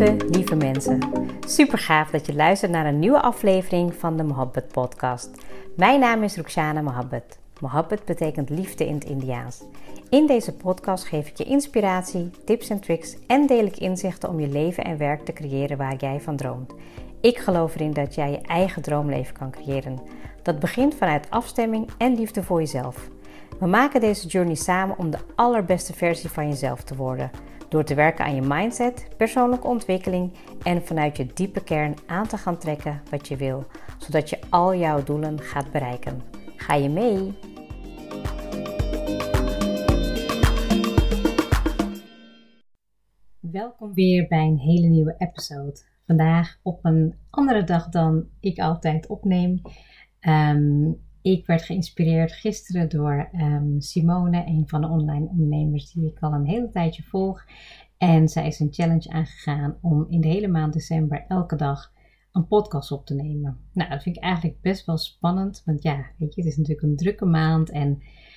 Lieve mensen, super gaaf dat je luistert naar een nieuwe aflevering van de Mohabbat podcast. Mijn naam is Rukhsana Mohabbat. Mohabbat betekent liefde in het Indiaans. In deze podcast geef ik je inspiratie, tips en tricks en deel ik inzichten om je leven en werk te creëren waar jij van droomt. Ik geloof erin dat jij je eigen droomleven kan creëren. Dat begint vanuit afstemming en liefde voor jezelf. We maken deze journey samen om de allerbeste versie van jezelf te worden. Door te werken aan je mindset, persoonlijke ontwikkeling en vanuit je diepe kern aan te gaan trekken wat je wil. Zodat je al jouw doelen gaat bereiken. Ga je mee? Welkom weer bij een hele nieuwe episode. Vandaag op een andere dag dan ik altijd opneem. Ik werd geïnspireerd gisteren door Simone, een van de online ondernemers die ik al een hele tijdje volg. En zij is een challenge aangegaan om in de hele maand december elke dag een podcast op te nemen. Nou, dat vind ik eigenlijk best wel spannend, want ja, weet je, het is natuurlijk een drukke maand en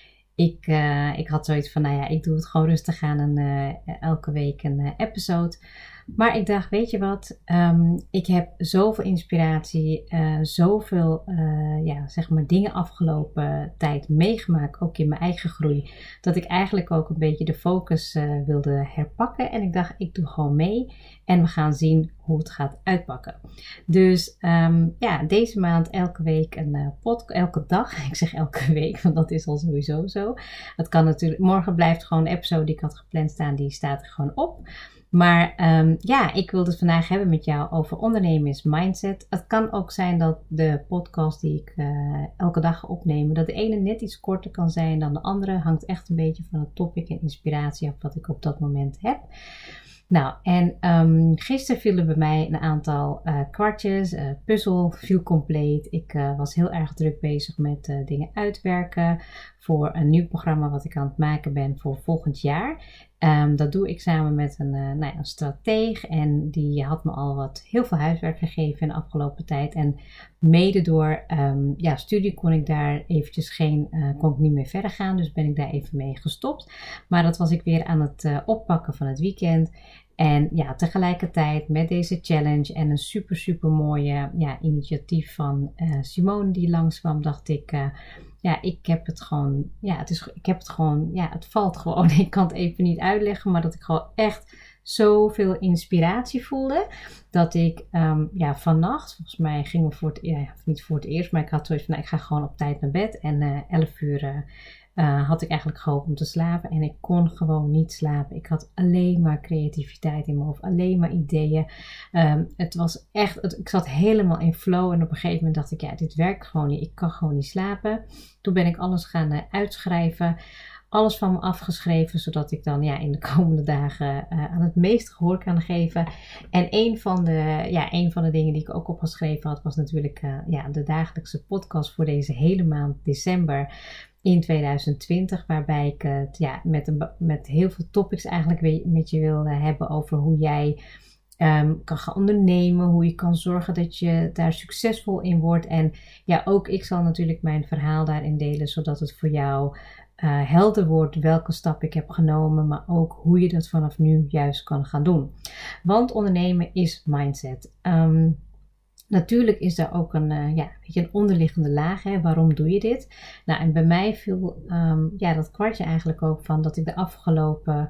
ik had zoiets van, nou ja, ik doe het gewoon rustig aan elke week een episode. Maar ik dacht, weet je wat, ik heb zoveel inspiratie, zoveel zeg maar dingen afgelopen tijd meegemaakt, ook in mijn eigen groei, dat ik eigenlijk ook een beetje de focus wilde herpakken. En ik dacht, ik doe gewoon mee en we gaan zien hoe het gaat uitpakken. Dus deze maand elke week een podcast, elke dag. Ik zeg elke week, want dat is al sowieso zo. Het kan natuurlijk, morgen blijft gewoon de episode die ik had gepland staan, die staat er gewoon op. Maar ik wil het vandaag hebben met jou over ondernemen is mindset. Het kan ook zijn dat de podcast die ik elke dag ga opnemen, dat de ene net iets korter kan zijn dan de andere. Hangt echt een beetje van het topic en inspiratie af wat ik op dat moment heb. Nou, en gisteren vielen bij mij een aantal kwartjes, puzzel viel compleet. Ik was heel erg druk bezig met dingen uitwerken voor een nieuw programma wat ik aan het maken ben voor volgend jaar. Dat doe ik samen met een strateeg en die had me al heel veel huiswerk gegeven in de afgelopen tijd. En mede door studie kon ik daar eventjes kon ik niet meer verder gaan, dus ben ik daar even mee gestopt. Maar dat was ik weer aan het oppakken van het weekend. En ja, tegelijkertijd met deze challenge en een super mooie initiatief van Simone die langskwam, dacht ik, ik heb het gewoon, het valt gewoon. Ik kan het even niet uitleggen, maar dat ik gewoon echt zoveel inspiratie voelde, dat ik vannacht, volgens mij gingen we niet voor het eerst, maar ik had zoiets van, ik ga gewoon op tijd naar bed en 11 uur had ik eigenlijk gehoopt om te slapen en ik kon gewoon niet slapen. Ik had alleen maar creativiteit in mijn hoofd, alleen maar ideeën. Het was echt, ik zat helemaal in flow en op een gegeven moment dacht ik, dit werkt gewoon niet. Ik kan gewoon niet slapen. Toen ben ik alles gaan uitschrijven, alles van me afgeschreven, zodat ik dan in de komende dagen aan het meest gehoor kan geven. En een van de dingen die ik ook opgeschreven had, was natuurlijk de dagelijkse podcast voor deze hele maand december in 2020, waarbij ik het met heel veel topics eigenlijk met je wil hebben over hoe jij kan gaan ondernemen, hoe je kan zorgen dat je daar succesvol in wordt. En ook ik zal natuurlijk mijn verhaal daarin delen, zodat het voor jou helder wordt welke stap ik heb genomen, maar ook hoe je dat vanaf nu juist kan gaan doen. Want ondernemen is mindset. Natuurlijk is daar ook een onderliggende laag. Hè? Waarom doe je dit? Nou, en bij mij viel dat kwartje eigenlijk ook van dat ik de afgelopen,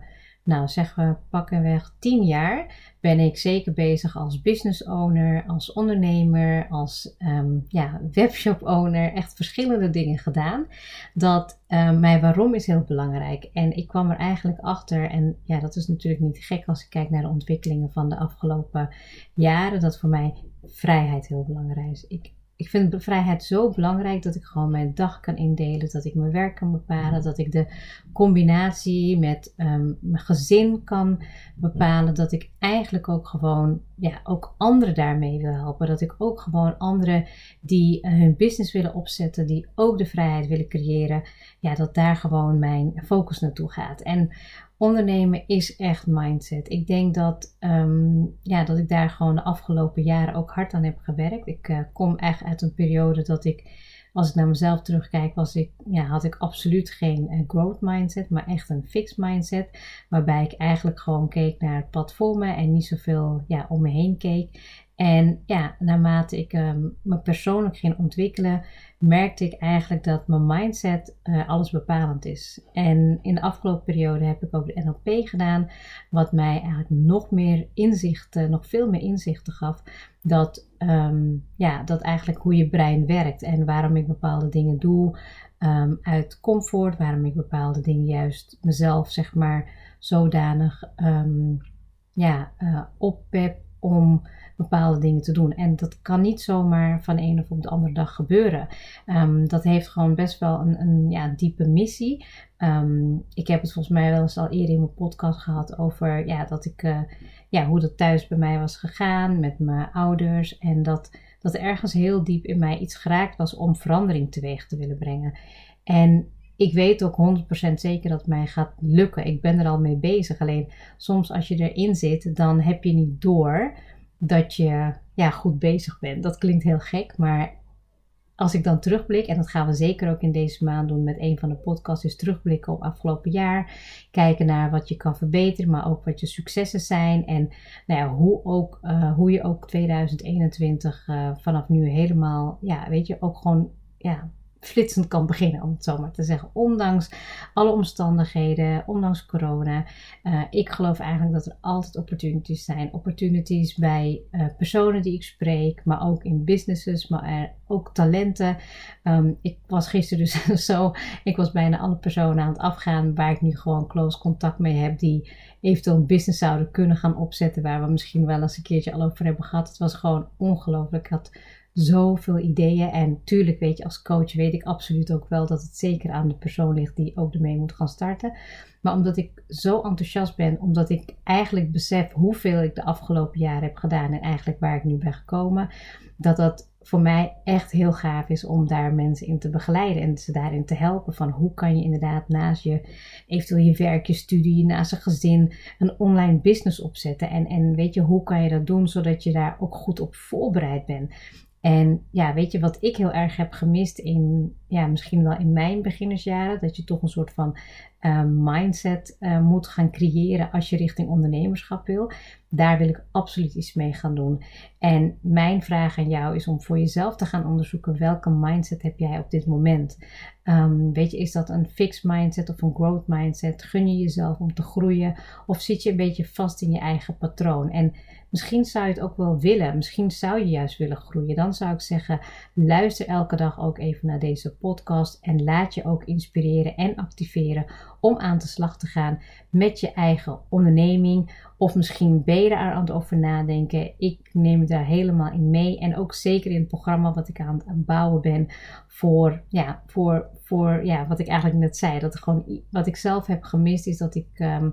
pakkenweg 10 jaar ben ik zeker bezig als business owner, als ondernemer, als webshop owner. Echt verschillende dingen gedaan. Dat mijn waarom is heel belangrijk. En ik kwam er eigenlijk achter, en dat is natuurlijk niet gek als ik kijk naar de ontwikkelingen van de afgelopen jaren, dat voor mij vrijheid heel belangrijk is. Ik vind de vrijheid zo belangrijk dat ik gewoon mijn dag kan indelen, dat ik mijn werk kan bepalen, dat ik de combinatie met mijn gezin kan bepalen, dat ik eigenlijk ook gewoon ook anderen daarmee wil helpen, dat ik ook gewoon anderen die hun business willen opzetten, die ook de vrijheid willen creëren, dat daar gewoon mijn focus naartoe gaat. En ondernemen is echt mindset. Ik denk dat ik daar gewoon de afgelopen jaren ook hard aan heb gewerkt. Ik kom echt uit een periode dat ik als ik naar mezelf terugkijk, had ik absoluut geen growth mindset, maar echt een fixed mindset. Waarbij ik eigenlijk gewoon keek naar het pad voor me en niet zoveel om me heen keek. En naarmate ik me persoonlijk ging ontwikkelen, merkte ik eigenlijk dat mijn mindset alles bepalend is. En in de afgelopen periode heb ik ook de NLP gedaan, wat mij eigenlijk nog veel meer inzichten gaf. Dat eigenlijk hoe je brein werkt en waarom ik bepaalde dingen doe uit comfort, waarom ik bepaalde dingen juist mezelf zeg maar zodanig oppep om bepaalde dingen te doen. En dat kan niet zomaar van de ene of op de andere dag gebeuren. Dat heeft gewoon best wel een diepe missie. Ik heb het volgens mij wel eens al eerder in mijn podcast gehad over hoe dat thuis bij mij was gegaan met mijn ouders. En dat er ergens heel diep in mij iets geraakt was om verandering teweeg te willen brengen. En ik weet ook 100% zeker dat het mij gaat lukken. Ik ben er al mee bezig. Alleen soms als je erin zit, dan heb je niet door dat je goed bezig bent. Dat klinkt heel gek, maar als ik dan terugblik, en dat gaan we zeker ook in deze maand doen met een van de podcasts, is terugblikken op afgelopen jaar. Kijken naar wat je kan verbeteren, maar ook wat je successen zijn. En hoe je ook 2021 vanaf nu helemaal, ook gewoon, flitsend kan beginnen, om het zo maar te zeggen. Ondanks alle omstandigheden, ondanks corona. Ik geloof eigenlijk dat er altijd opportunities zijn. Opportunities bij personen die ik spreek, maar ook in businesses, maar ook talenten. Ik was gisteren dus ik was bijna alle personen aan het afgaan waar ik nu gewoon close contact mee heb, die eventueel een business zouden kunnen gaan opzetten, waar we misschien wel eens een keertje al over hebben gehad. Het was gewoon ongelooflijk. Ik had zoveel ideeën en tuurlijk weet je, als coach weet ik absoluut ook wel dat het zeker aan de persoon ligt die ook ermee moet gaan starten. Maar omdat ik zo enthousiast ben, omdat ik eigenlijk besef hoeveel ik de afgelopen jaren heb gedaan en eigenlijk waar ik nu ben gekomen, dat voor mij echt heel gaaf is om daar mensen in te begeleiden en ze daarin te helpen van hoe kan je inderdaad naast eventueel je werk, je studie, naast een gezin een online business opzetten en weet je, hoe kan je dat doen zodat je daar ook goed op voorbereid bent. En weet je wat ik heel erg heb gemist misschien wel in mijn beginnersjaren, dat je toch een soort van mindset moet gaan creëren als je richting ondernemerschap wil. Daar wil ik absoluut iets mee gaan doen. En mijn vraag aan jou is om voor jezelf te gaan onderzoeken welke mindset heb jij op dit moment. Is dat een fixed mindset of een growth mindset? Gun je jezelf om te groeien? Of zit je een beetje vast in je eigen patroon? En misschien zou je het ook wel willen. Misschien zou je juist willen groeien. Dan zou ik zeggen, luister elke dag ook even naar deze podcast. En laat je ook inspireren en activeren om aan de slag te gaan met je eigen onderneming. Of misschien ben je er aan het over nadenken. Ik neem je daar helemaal in mee. En ook zeker in het programma wat ik aan het bouwen ben. Voor wat ik eigenlijk net zei. Dat gewoon wat ik zelf heb gemist is dat ik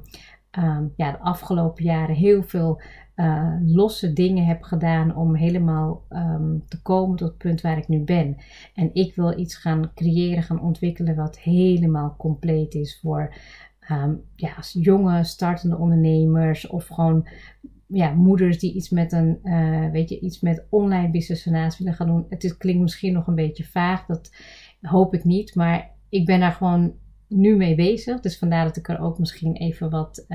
de afgelopen jaren heel veel losse dingen heb gedaan om helemaal te komen tot het punt waar ik nu ben. En ik wil iets gaan creëren, gaan ontwikkelen wat helemaal compleet is voor jonge startende ondernemers of gewoon moeders die iets met iets met online business ernaast willen gaan doen. Het klinkt misschien nog een beetje vaag, dat hoop ik niet, maar ik ben daar gewoon nu mee bezig. Dus vandaar dat ik er ook misschien even wat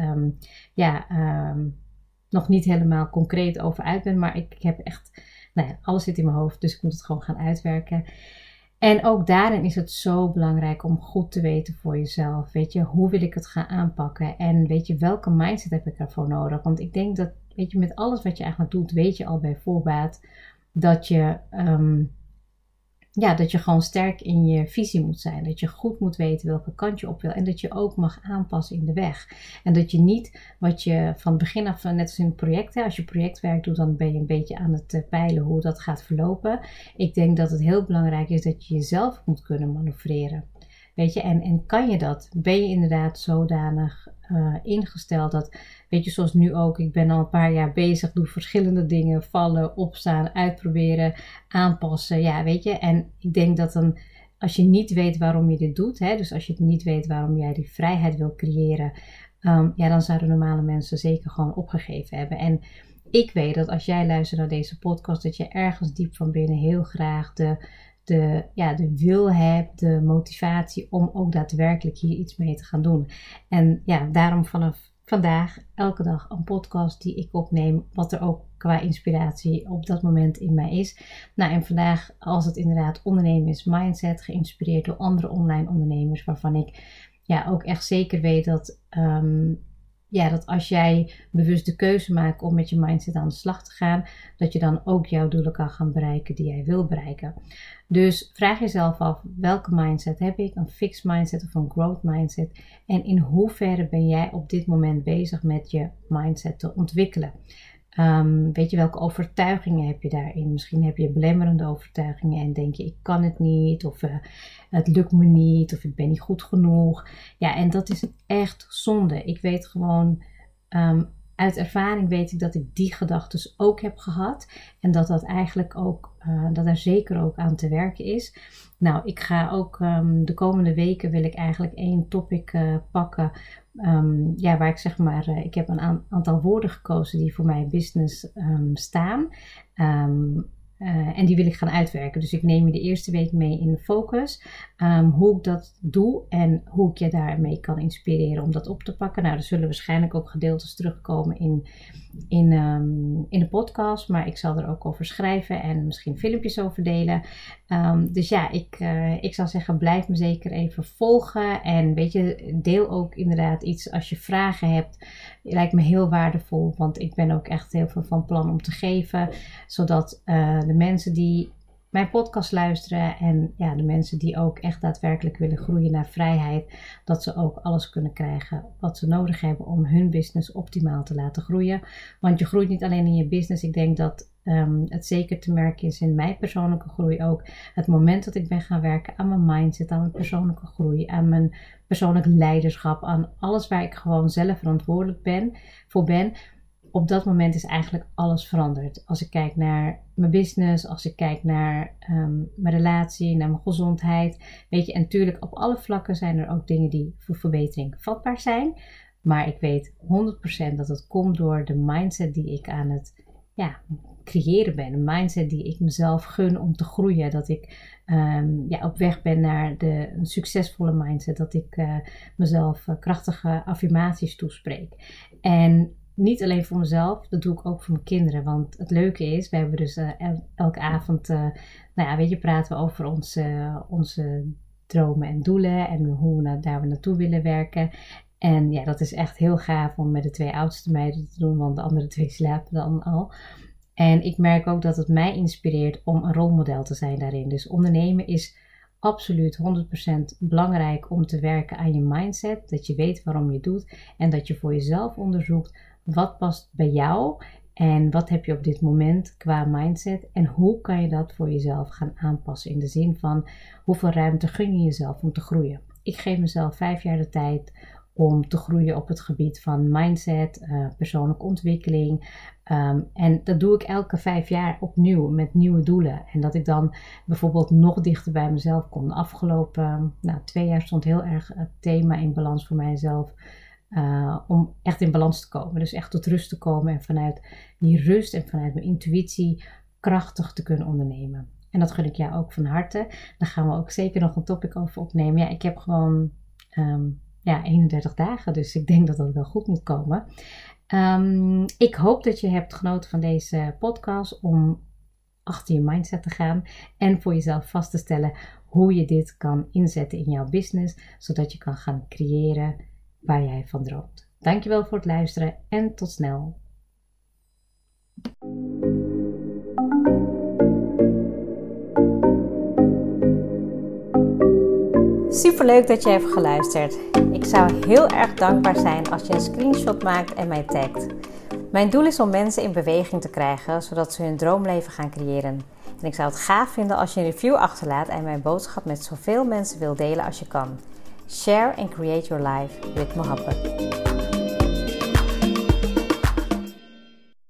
nog niet helemaal concreet over uit ben. Maar ik heb echt, alles zit in mijn hoofd. Dus ik moet het gewoon gaan uitwerken. En ook daarin is het zo belangrijk om goed te weten voor jezelf. Weet je, hoe wil ik het gaan aanpakken? En weet je, welke mindset heb ik ervoor nodig? Want ik denk dat, weet je, met alles wat je eigenlijk doet, weet je al bij voorbaat dat je gewoon sterk in je visie moet zijn. Dat je goed moet weten welke kant je op wil. En dat je ook mag aanpassen in de weg. En dat je niet wat je van het begin af, net als in projecten, als je projectwerk doet, dan ben je een beetje aan het peilen hoe dat gaat verlopen. Ik denk dat het heel belangrijk is dat je jezelf moet kunnen manoeuvreren. Weet je, en kan je dat? Ben je inderdaad zodanig ingesteld dat, weet je, zoals nu ook, ik ben al een paar jaar bezig, doe verschillende dingen, vallen, opstaan, uitproberen, aanpassen, weet je. En ik denk dat als je niet weet waarom je dit doet, dus als je niet weet waarom jij die vrijheid wil creëren, dan zouden normale mensen zeker gewoon opgegeven hebben. En ik weet dat als jij luistert naar deze podcast, dat je ergens diep van binnen heel graag de de wil heb, de motivatie om ook daadwerkelijk hier iets mee te gaan doen. En ja, daarom vanaf vandaag elke dag een podcast die ik opneem, wat er ook qua inspiratie op dat moment in mij is. Nou, en vandaag, als het inderdaad ondernemen is, mindset, geïnspireerd door andere online ondernemers, waarvan ik ook echt zeker weet dat dat als jij bewust de keuze maakt om met je mindset aan de slag te gaan, dat je dan ook jouw doelen kan gaan bereiken die jij wil bereiken. Dus vraag jezelf af, welke mindset heb ik? Een fixed mindset of een growth mindset? En in hoeverre ben jij op dit moment bezig met je mindset te ontwikkelen? Weet je, welke overtuigingen heb je daarin? Misschien heb je belemmerende overtuigingen en denk je, ik kan het niet, of het lukt me niet, of ik ben niet goed genoeg. Ja, en dat is echt zonde. Ik weet gewoon, uit ervaring weet ik dat ik die gedachten ook heb gehad. En dat dat eigenlijk ook, dat er zeker ook aan te werken is. Nou, ik ga ook de komende weken wil ik eigenlijk 1 topic pakken. Waar ik zeg maar, ik heb een aantal woorden gekozen die voor mijn business staan. En die wil ik gaan uitwerken. Dus ik neem je de eerste week mee in de focus. Hoe ik dat doe en hoe ik je daarmee kan inspireren om dat op te pakken. Nou, er zullen waarschijnlijk ook gedeeltes terugkomen in de podcast. Maar ik zal er ook over schrijven en misschien filmpjes over delen. Dus ja, ik zou zeggen, blijf me zeker even volgen. En weet je, deel ook inderdaad iets als je vragen hebt. Lijkt me heel waardevol, want ik ben ook echt heel veel van plan om te geven. Zodat de mensen die mijn podcast luisteren en de mensen die ook echt daadwerkelijk willen groeien naar vrijheid, dat ze ook alles kunnen krijgen wat ze nodig hebben om hun business optimaal te laten groeien. Want je groeit niet alleen in je business. Ik denk dat het zeker te merken is in mijn persoonlijke groei ook. Het moment dat ik ben gaan werken aan mijn mindset, aan mijn persoonlijke groei, aan mijn persoonlijk leiderschap, aan alles waar ik gewoon zelf verantwoordelijk voor ben. Op dat moment is eigenlijk alles veranderd. Als ik kijk naar mijn business, als ik kijk naar mijn relatie, naar mijn gezondheid. Weet je, en natuurlijk op alle vlakken zijn er ook dingen die voor verbetering vatbaar zijn. Maar ik weet 100% dat het komt door de mindset die ik aan het creëren ben. Een mindset die ik mezelf gun om te groeien. Dat ik op weg ben naar een succesvolle mindset. Dat ik mezelf krachtige affirmaties toespreek. En niet alleen voor mezelf, dat doe ik ook voor mijn kinderen. Want het leuke is, we hebben dus elke avond, praten we over onze dromen en doelen. En hoe we daar naartoe willen werken. En ja, dat is echt heel gaaf om met de 2 oudste meiden te doen. Want de andere 2 slapen dan al. En ik merk ook dat het mij inspireert om een rolmodel te zijn daarin. Dus ondernemen is absoluut 100% belangrijk om te werken aan je mindset. Dat je weet waarom je het doet. En dat je voor jezelf onderzoekt, wat past bij jou en wat heb je op dit moment qua mindset en hoe kan je dat voor jezelf gaan aanpassen in de zin van hoeveel ruimte gun je jezelf om te groeien. Ik geef mezelf 5 jaar de tijd om te groeien op het gebied van mindset, persoonlijke ontwikkeling. En dat doe ik elke 5 jaar opnieuw met nieuwe doelen. En dat ik dan bijvoorbeeld nog dichter bij mezelf kom. De afgelopen 2 jaar stond heel erg het thema in balans voor mijzelf. Om echt in balans te komen. Dus echt tot rust te komen. En vanuit die rust en vanuit mijn intuïtie krachtig te kunnen ondernemen. En dat gun ik jou ook van harte. Daar gaan we ook zeker nog een topic over opnemen. Ja, ik heb gewoon 31 dagen. Dus ik denk dat dat wel goed moet komen. Ik hoop dat je hebt genoten van deze podcast om achter je mindset te gaan. En voor jezelf vast te stellen hoe je dit kan inzetten in jouw business. Zodat je kan gaan creëren waar jij van droomt. Dankjewel voor het luisteren en tot snel. Superleuk dat je hebt geluisterd. Ik zou heel erg dankbaar zijn als je een screenshot maakt en mij tagt. Mijn doel is om mensen in beweging te krijgen, zodat ze hun droomleven gaan creëren. En ik zou het gaaf vinden als je een review achterlaat en mijn boodschap met zoveel mensen wil delen als je kan. Share and create your life with Mohabbat.